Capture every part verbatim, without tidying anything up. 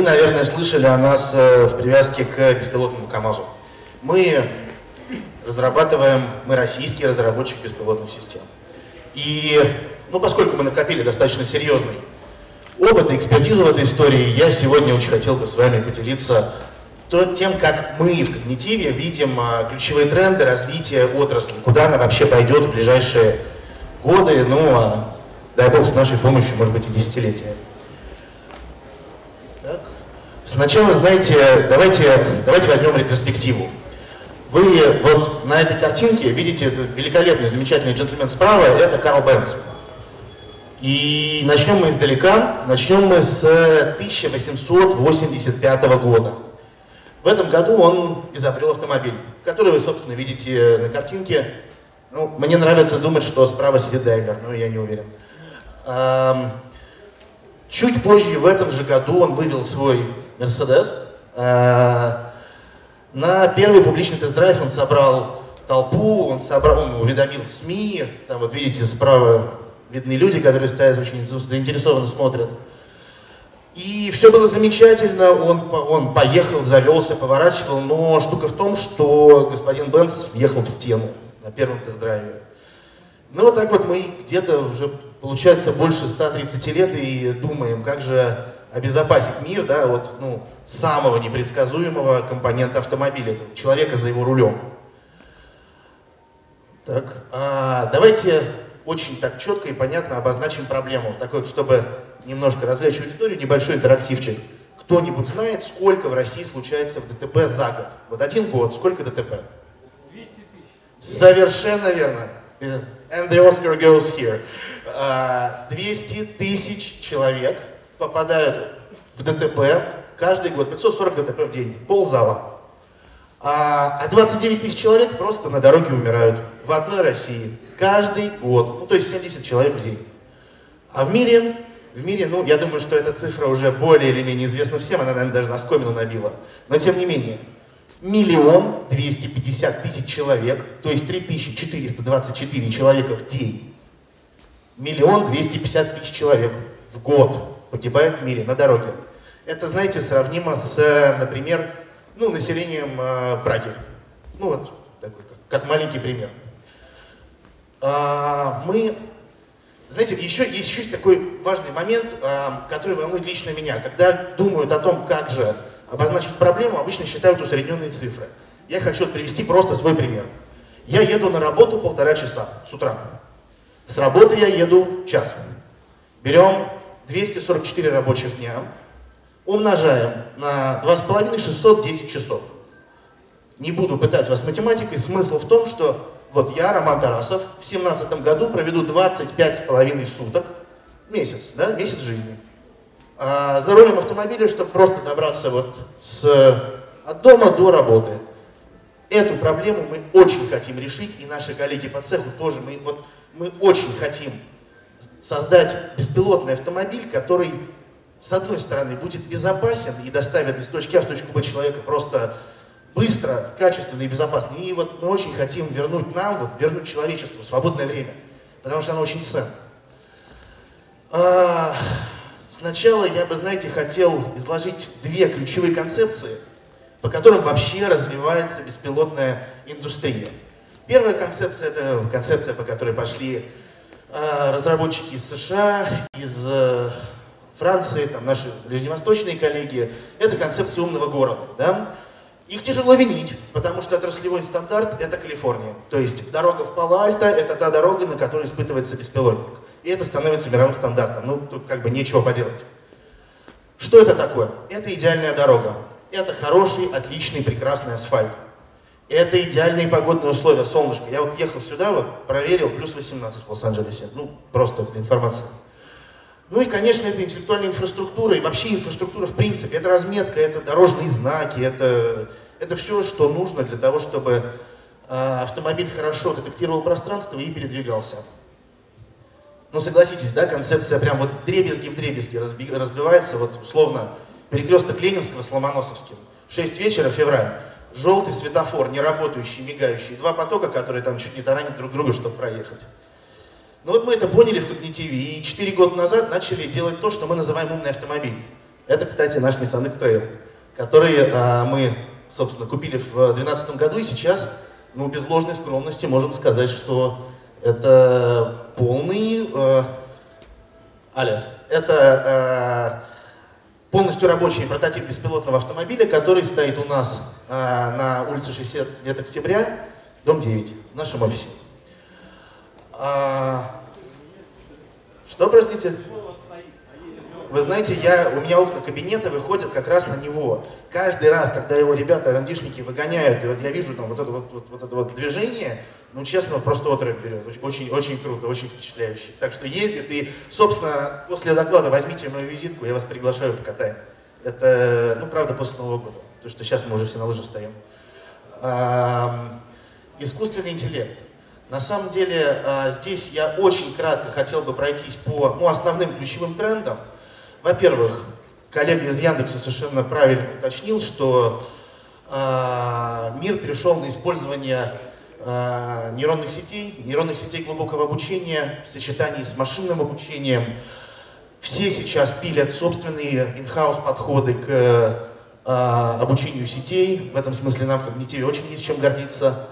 наверное, слышали о нас в привязке к беспилотному КАМАЗу. Мы разрабатываем, мы российский разработчик беспилотных систем. И, ну, поскольку мы накопили достаточно серьезный опыт и экспертизу в этой истории, я сегодня очень хотел бы с вами поделиться то, тем, как мы в Когнитиве видим ключевые тренды развития отрасли, куда она вообще пойдет в ближайшие годы, ну, а, дай бог, с нашей помощью, может быть, и десятилетия. Так. Сначала, знаете, давайте, давайте возьмем ретроспективу. Вы вот на этой картинке видите этот великолепный, замечательный джентльмен справа, это Карл Бенц. И начнем мы издалека, начнем мы с тысяча восемьсот восемьдесят пятого года. В этом году он изобрел автомобиль, который вы, собственно, видите на картинке. Ну, мне нравится думать, что справа сидит Даймлер, но я не уверен. Чуть позже, в этом же году, он вывел свой Мерседес. На первый публичный тест-драйв он собрал толпу, он, собрал, он уведомил СМИ. Там вот видите, справа видны люди, которые стоят, очень заинтересованно смотрят. И все было замечательно, он, он поехал, завелся, поворачивал, но штука в том, что господин Бенц въехал в стену на первом тест-драйве. Ну вот так вот мы где-то уже, получается, больше ста тридцати лет и думаем, как же обезопасить мир, да, вот, ну, самого непредсказуемого компонента автомобиля, человека за его рулем. Так, а давайте очень так четко и понятно обозначим проблему, такой вот, чтобы немножко развлечь аудиторию, небольшой интерактивчик. Кто-нибудь знает, сколько в России случается в ДТП за год? Вот один год, сколько ДТП? двести тысяч. Совершенно верно. And the Oscar goes here. двести тысяч человек попадают в ДТП каждый год, пятьсот сорок ДТП в день, ползала. А двадцать девять тысяч человек просто на дороге умирают в одной России каждый год, ну то есть семьдесят человек в день. А в мире, в мире, ну я думаю, что эта цифра уже более или менее известна всем, она, наверное, даже оскомину набила, но тем не менее. Миллион двести пятьдесят тысяч человек, то есть три тысячи четыреста двадцать четыре человека в день. Миллион двести пятьдесят тысяч человек в год погибает в мире на дороге. Это, знаете, сравнимо с, например, ну, населением э, Праги. Ну вот, такой, как, как маленький пример. А, мы, знаете, еще, еще есть такой важный момент, а, который волнует лично меня. Когда думают о том, как же обозначить проблему, обычно считают усредненные цифры. Я хочу привести просто свой пример. Я еду на работу полтора часа с утра. С работы я еду час. Берем двести сорок четыре рабочих дня, умножаем на два с половиной, шестьсот десять часов. Не буду пытать вас математикой, смысл в том, что вот я, Роман Тарасов, в семнадцатом году проведу двадцать пять с половиной суток, месяц, да, месяц жизни. А за рулем автомобиля, чтобы просто добраться вот с, от дома до работы. Эту проблему мы очень хотим решить, и наши коллеги по цеху тоже. Мы, вот, мы очень хотим создать беспилотный автомобиль, который, с одной стороны, будет безопасен и доставит из точки А в точку Б человека просто быстро, качественно и безопасно. И вот мы очень хотим вернуть нам, вот, вернуть человечеству свободное время, потому что оно очень ценно. А... Сначала я бы, знаете, хотел изложить две ключевые концепции, по которым вообще развивается беспилотная индустрия. Первая концепция – это концепция, по которой пошли э, разработчики из США, из э, Франции, там, наши ближневосточные коллеги. Это концепция умного города. Да? Их тяжело винить, потому что отраслевой стандарт – это Калифорния. То есть дорога в Пало-Альто – это та дорога, на которой испытывается беспилотник. И это становится мировым стандартом. Ну, тут как бы нечего поделать. Что это такое? Это идеальная дорога. Это хороший, отличный, прекрасный асфальт. Это идеальные погодные условия, солнышко. Я вот ехал сюда, вот, проверил, плюс восемнадцать в Лос-Анджелесе. Ну, просто для информации. Ну и, конечно, это интеллектуальная инфраструктура, и вообще инфраструктура в принципе. Это разметка, это дорожные знаки, это, это все, что нужно для того, чтобы э, автомобиль хорошо детектировал пространство и передвигался. Но согласитесь, да, концепция прям вот вдребезги вдребезги разбивается, вот условно, перекресток Ленинского с Ломоносовским. шесть вечера, февраль, желтый светофор, не работающий, мигающий, два потока, которые там чуть не таранят друг друга, чтобы проехать. Ну вот мы это поняли в Когнитиве, и четыре года назад начали делать то, что мы называем умный автомобиль. Это, кстати, наш Nissan X-Trail, который а, мы, собственно, купили в две тысячи двенадцатом году, и сейчас, ну, без ложной скромности можем сказать, что это полный э, алис. Это э, полностью рабочий прототип беспилотного автомобиля, который стоит у нас э, на улице шестьдесят лет октября, дом девять, в нашем офисе. А, что, простите? Вы знаете, я, у меня окна кабинета выходят как раз на него. Каждый раз, когда его ребята, эр энд ди-шники, выгоняют, и вот я вижу там вот это вот, вот, вот это вот движение, ну, честно, просто отрыв берет. Очень, очень круто, очень впечатляюще. Так что ездит, и, собственно, после доклада возьмите мою визитку, я вас приглашаю покатаем. Это, ну, правда, после Нового года, потому что сейчас мы уже все на лыжи встаем. А, искусственный интеллект. На самом деле, а, здесь я очень кратко хотел бы пройтись по, ну, основным ключевым трендам. Во-первых, коллега из Яндекса совершенно правильно уточнил, что э, мир перешел на использование э, нейронных сетей, нейронных сетей глубокого обучения в сочетании с машинным обучением. Все сейчас пилят собственные in-house подходы к э, обучению сетей. В этом смысле нам в Когнитиве очень есть чем гордиться.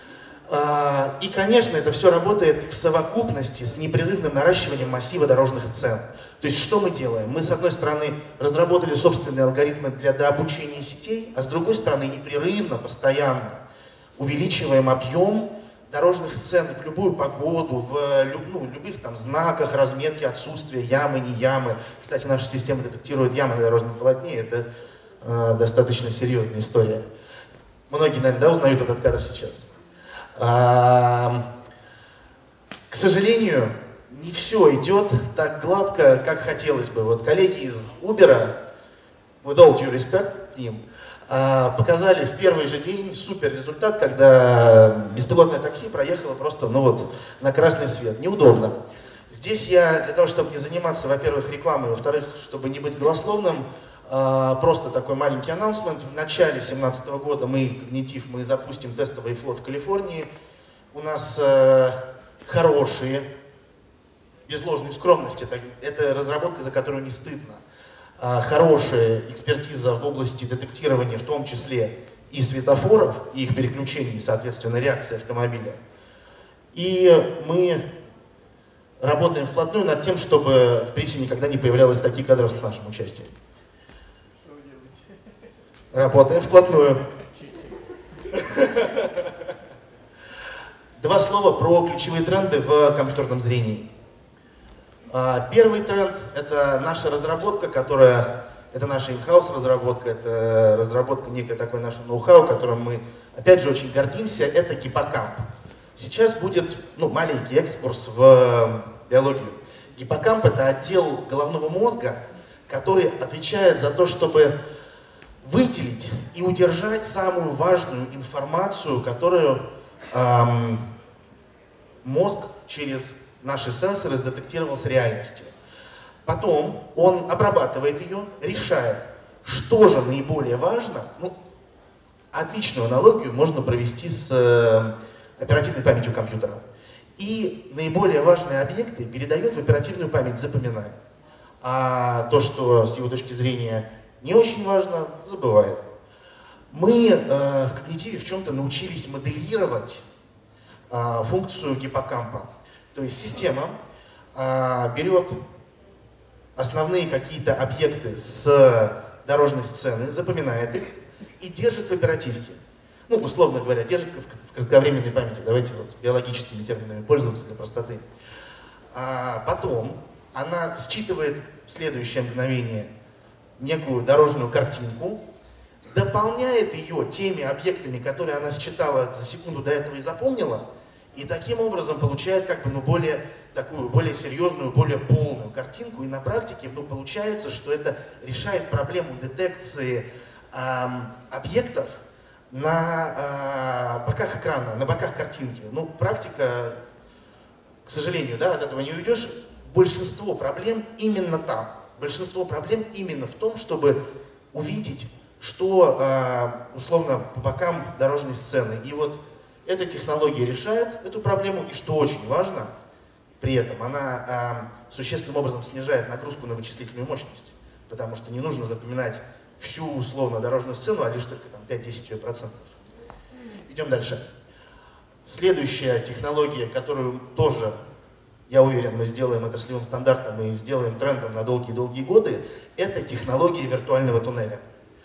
Э, и, конечно, это все работает в совокупности с непрерывным наращиванием массива дорожных сцен. То есть что мы делаем? Мы, с одной стороны, разработали собственные алгоритмы для дообучения сетей, а с другой стороны, непрерывно, постоянно увеличиваем объем дорожных сцен в любую погоду, в ну, любых там знаках, разметке, отсутствия ямы, не ямы. Кстати, наша система детектирует ямы на дорожном полотне, это э, достаточно серьезная история. Многие, наверное, да, узнают этот кадр сейчас. А, к сожалению, не все идет так гладко, как хотелось бы. Вот коллеги из Uber, with all due respect к ним, показали в первый же день супер результат, когда беспилотное такси проехало просто, ну вот, на красный свет. Неудобно. Здесь я, для того, чтобы не заниматься, во-первых, рекламой, во-вторых, чтобы не быть голословным, просто такой маленький анонсмент. В начале две тысячи семнадцатого года мы, Когнитив, мы запустим тестовый флот в Калифорнии. У нас хорошие, без ложной скромности, это, это разработка, за которую не стыдно. А, хорошая экспертиза в области детектирования, в том числе и светофоров, и их переключений, соответственно, реакции автомобиля. И мы работаем вплотную над тем, чтобы в прессе никогда не появлялось таких кадров с нашим участием. Работаем вплотную. Два слова про ключевые тренды в компьютерном зрении. Первый тренд — это наша разработка, которая, это наша in-house разработка, это разработка некой такой нашего ноу-хау, которым мы, опять же, очень гордимся, это гиппокамп. Сейчас будет, ну, маленький экскурс в биологию. Гиппокамп — это отдел головного мозга, который отвечает за то, чтобы выделить и удержать самую важную информацию, которую эм, мозг через наши сенсоры сдетектировал с реальности. Потом он обрабатывает ее, решает, что же наиболее важно. Ну, отличную аналогию можно провести с э, оперативной памятью компьютера. И наиболее важные объекты передает в оперативную память, запоминает. А то, что с его точки зрения не очень важно, забывает. Мы э, в Когнитиве в чем-то научились моделировать э, функцию гиппокампа. То есть система а, берет основные какие-то объекты с дорожной сцены, запоминает их и держит в оперативке. Ну, условно говоря, держит в кратковременной памяти. Давайте вот биологическими терминами пользоваться для простоты. А потом она считывает в следующее мгновение некую дорожную картинку, дополняет ее теми объектами, которые она считала за секунду до этого и запомнила, и таким образом получает как бы, ну, более, такую, более серьезную, более полную картинку. И на практике, ну, получается, что это решает проблему детекции э, объектов на э, боках экрана, на боках картинки. Ну, практика, к сожалению, да, от этого не уйдешь. Большинство проблем именно там. Большинство проблем именно в том, чтобы увидеть, что э, условно по бокам дорожной сцены. И вот эта технология решает эту проблему, и что очень важно, при этом она э, существенным образом снижает нагрузку на вычислительную мощность. потому что не нужно запоминать всю условно-дорожную сцену, а лишь только пять-десять ее процентов. Идем дальше. Следующая технология, которую тоже, я уверен, мы сделаем отраслевым стандартом и сделаем трендом на долгие-долгие годы, это технология виртуального туннеля.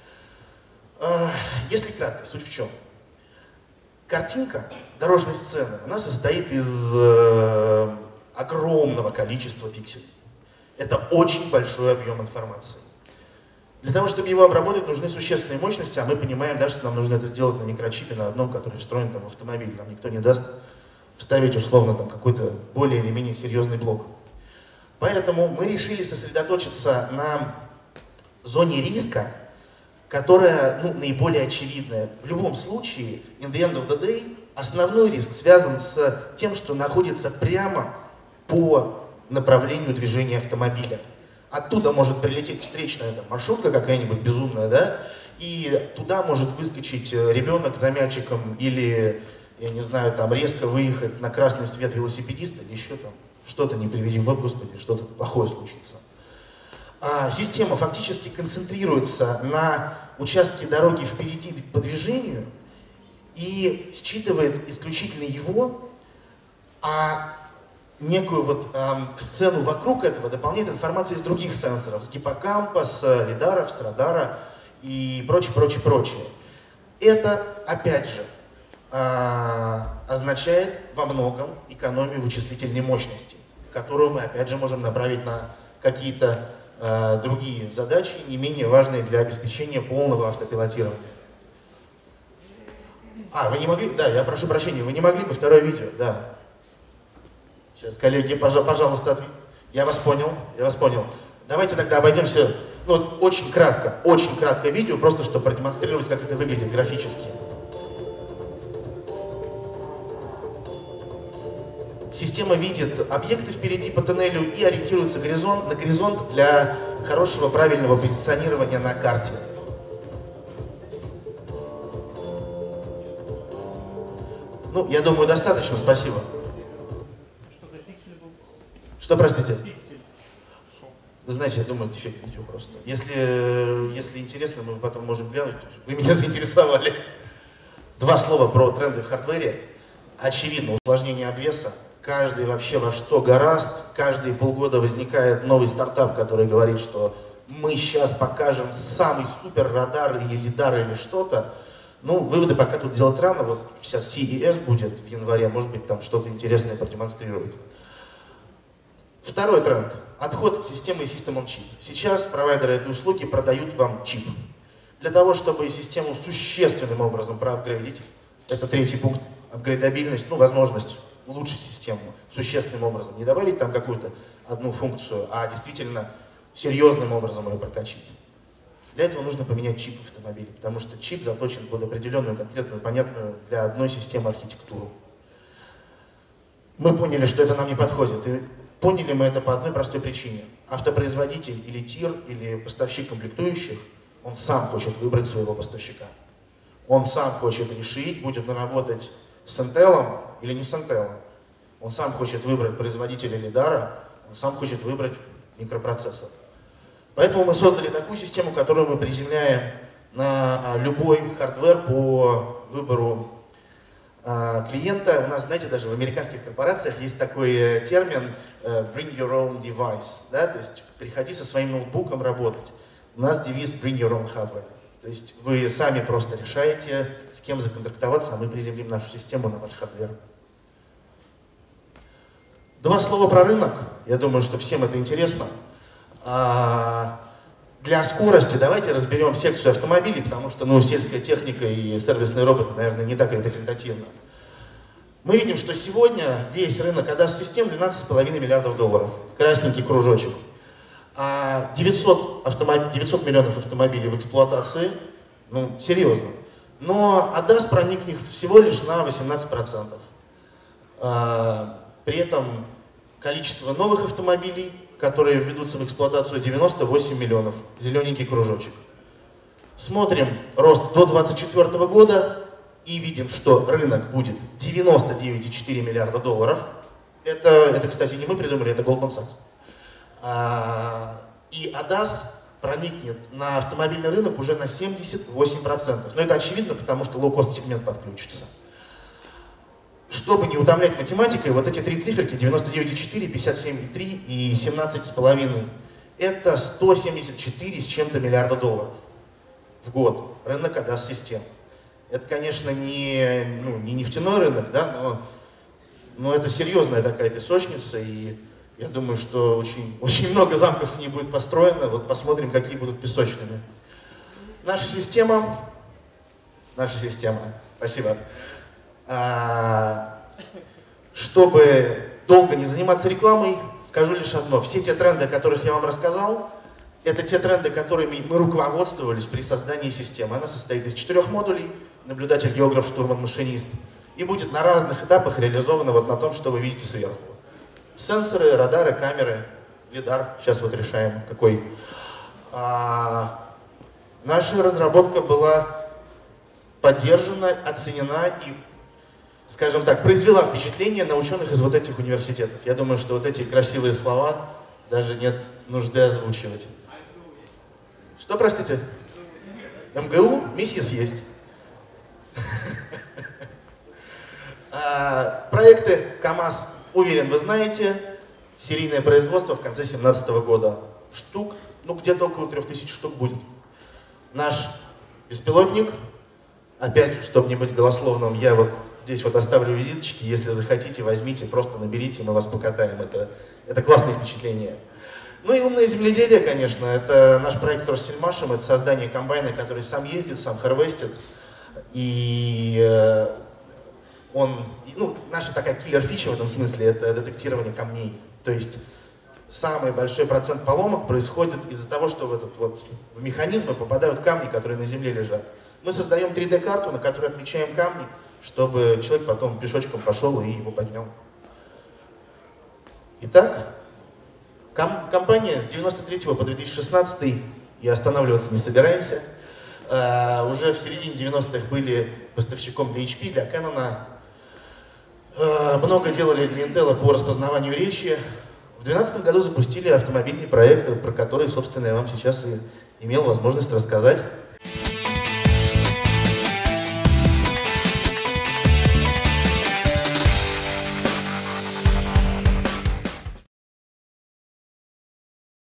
Если кратко, суть в чем? Картинка дорожной сцены, она состоит из э, огромного количества пикселей. Это очень большой объем информации. Для того, чтобы его обработать, нужны существенные мощности, а мы понимаем, да, что нам нужно это сделать на микрочипе, на одном, который встроен там, в автомобиль. Нам никто не даст вставить условно там какой-то более или менее серьезный блок. Поэтому мы решили сосредоточиться на зоне риска, которая ну, наиболее очевидная. В любом случае, in the end of the day, основной риск связан с тем, что находится прямо по направлению движения автомобиля. Оттуда может прилететь встречная там, маршрутка какая-нибудь безумная, да, и туда может выскочить ребенок за мячиком или, я не знаю, там резко выехать на красный свет велосипедиста или еще там что-то, не приведи Бог, Господи, что-то плохое случится. А система фактически концентрируется на участке дороги впереди по движению и считывает исключительно его, а некую вот эм, сцену вокруг этого дополняет информация из других сенсоров, с гиппокампа, с лидаров, с радара и прочее, прочее, прочее. Это, опять же, э, означает во многом экономию вычислительной мощности, которую мы, опять же, можем направить на какие-то э, другие задачи, не менее важные для обеспечения полного автопилотирования. А, вы не могли? Да, я прошу прощения, вы не могли бы второе видео? Да. Сейчас, коллеги, пожалуйста, ответьте. Я вас понял, я вас понял. Давайте тогда обойдемся, ну вот очень кратко, очень краткое видео, просто чтобы продемонстрировать, как это выглядит графически. Система видит объекты впереди по тоннелю и ориентируется горизонт, на горизонт для хорошего, правильного позиционирования на карте. Ну, я думаю, достаточно, спасибо. Что, простите? Пиксель. Вы знаете, я думаю, дефект видео просто. Если, если интересно, мы потом можем глянуть. Вы меня заинтересовали. Два слова про тренды в хардвере. Очевидно, усложнение обвеса. Каждый вообще во что гораст. Каждые полгода возникает новый стартап, который говорит, что мы сейчас покажем самый супер радар или лидар или что-то. Ну, выводы пока тут делать рано. Вот сейчас си и эс будет в январе, может быть, там что-то интересное продемонстрируют. Второй тренд. Отход от системы и System on Chip. Сейчас провайдеры этой услуги продают вам чип. Для того, чтобы систему существенным образом проапгрейдить, это третий пункт, апгрейдабильность, ну, возможность улучшить систему существенным образом. Не добавить там какую-то одну функцию, а действительно серьезным образом ее прокачать. Для этого нужно поменять чип в автомобиле, потому что чип заточен под определенную, конкретную, понятную для одной системы архитектуру. Мы поняли, что это нам не подходит. И поняли мы это по одной простой причине. Автопроизводитель или тир, или поставщик комплектующих, он сам хочет выбрать своего поставщика. Он сам хочет решить, будет он работать с Intel или не с Intel. Он сам хочет выбрать производителя лидара, он сам хочет выбрать микропроцессор. Поэтому мы создали такую систему, которую мы приземляем на любой хардвер по выбору клиента. У нас, знаете, даже в американских корпорациях есть такой термин bring your own device, да, то есть приходи со своим ноутбуком работать. У нас девиз bring your own hardware. То есть вы сами просто решаете, с кем законтрактоваться, а мы приземлим нашу систему на ваш хардвер. Два слова про рынок. Я думаю, что всем это интересно. А для скорости давайте разберем секцию автомобилей, потому что ну, сельская техника и сервисные роботы, наверное, не так репрезентативны. Мы видим, что сегодня весь рынок эй ди ас-систем двенадцать с половиной миллиардов долларов. Красненький кружочек. А девятьсот, автомоб... девятьсот миллионов автомобилей в эксплуатации, ну, серьезно. Но эй ди ас проникнет всего лишь на восемнадцать процентов. А, при этом количество новых автомобилей, которые введутся в эксплуатацию, девяносто восемь миллионов. Зелененький кружочек. Смотрим рост до две тысячи двадцать четвёртого года и видим, что рынок будет девяносто девять и четыре миллиарда долларов. Это, это, кстати, не мы придумали, это Goldman Sachs. А, и эй ди ас проникнет на автомобильный рынок уже на семьдесят восемь процентов. Но это очевидно, потому что лоу-кост сегмент подключится. Чтобы не утомлять математикой, вот эти три циферки, девяносто девять и четыре, пятьдесят семь и три и семнадцать с половиной, это сто семьдесят четыре с чем-то миллиарда долларов в год рынок эй ди ас-систем. Это, конечно, не, ну, не нефтяной рынок, да, но, но это серьезная такая песочница, и я думаю, что очень, очень много замков в ней будет построено. Вот посмотрим, какие будут песочными. Наша система, наша система, спасибо. А, чтобы долго не заниматься рекламой, скажу лишь одно. Все те тренды, о которых я вам рассказал, это те тренды, которыми мы руководствовались при создании системы. Она состоит из четырех модулей: наблюдатель, географ, штурман, машинист. И будет на разных этапах реализована вот на том, что вы видите сверху. Сенсоры, радары, камеры, лидар. Сейчас вот решаем, какой. А, наша разработка была поддержана, оценена и, скажем так, произвела впечатление на ученых из вот этих университетов. Я думаю, что вот эти красивые слова даже нет нужды озвучивать. Что, простите? эм гэ у? Миссис есть. Проекты КАМАЗ, уверен, вы знаете. Серийное производство в конце две тысячи семнадцатого года. Штук, ну где-то около трех тысяч штук будет. Наш беспилотник, опять же, чтобы не быть голословным, я вот здесь вот оставлю визиточки, если захотите, возьмите, просто наберите, мы вас покатаем. Это, это классное впечатление. Ну и умное земледелие, конечно, это наш проект с Россельмашем, это создание комбайна, который сам ездит, сам харвестит. И э, он, ну, наша такая киллер-фича в этом смысле, это детектирование камней. То есть самый большой процент поломок происходит из-за того, что в, этот, вот, в механизмы попадают камни, которые на земле лежат. Мы создаем три дэ карту, на которой отмечаем камни, чтобы человек потом пешочком пошел и его поднял. Итак, ком компания с девяносто третьего по две тысячи шестнадцатый, и останавливаться не собираемся, uh, уже в середине девяностых были поставщиком для эйч пи, для Canon. Uh, много делали для Intel по распознаванию речи. В две тысячи двенадцатом году запустили автомобильный проект, про который, собственно, я вам сейчас и имел возможность рассказать.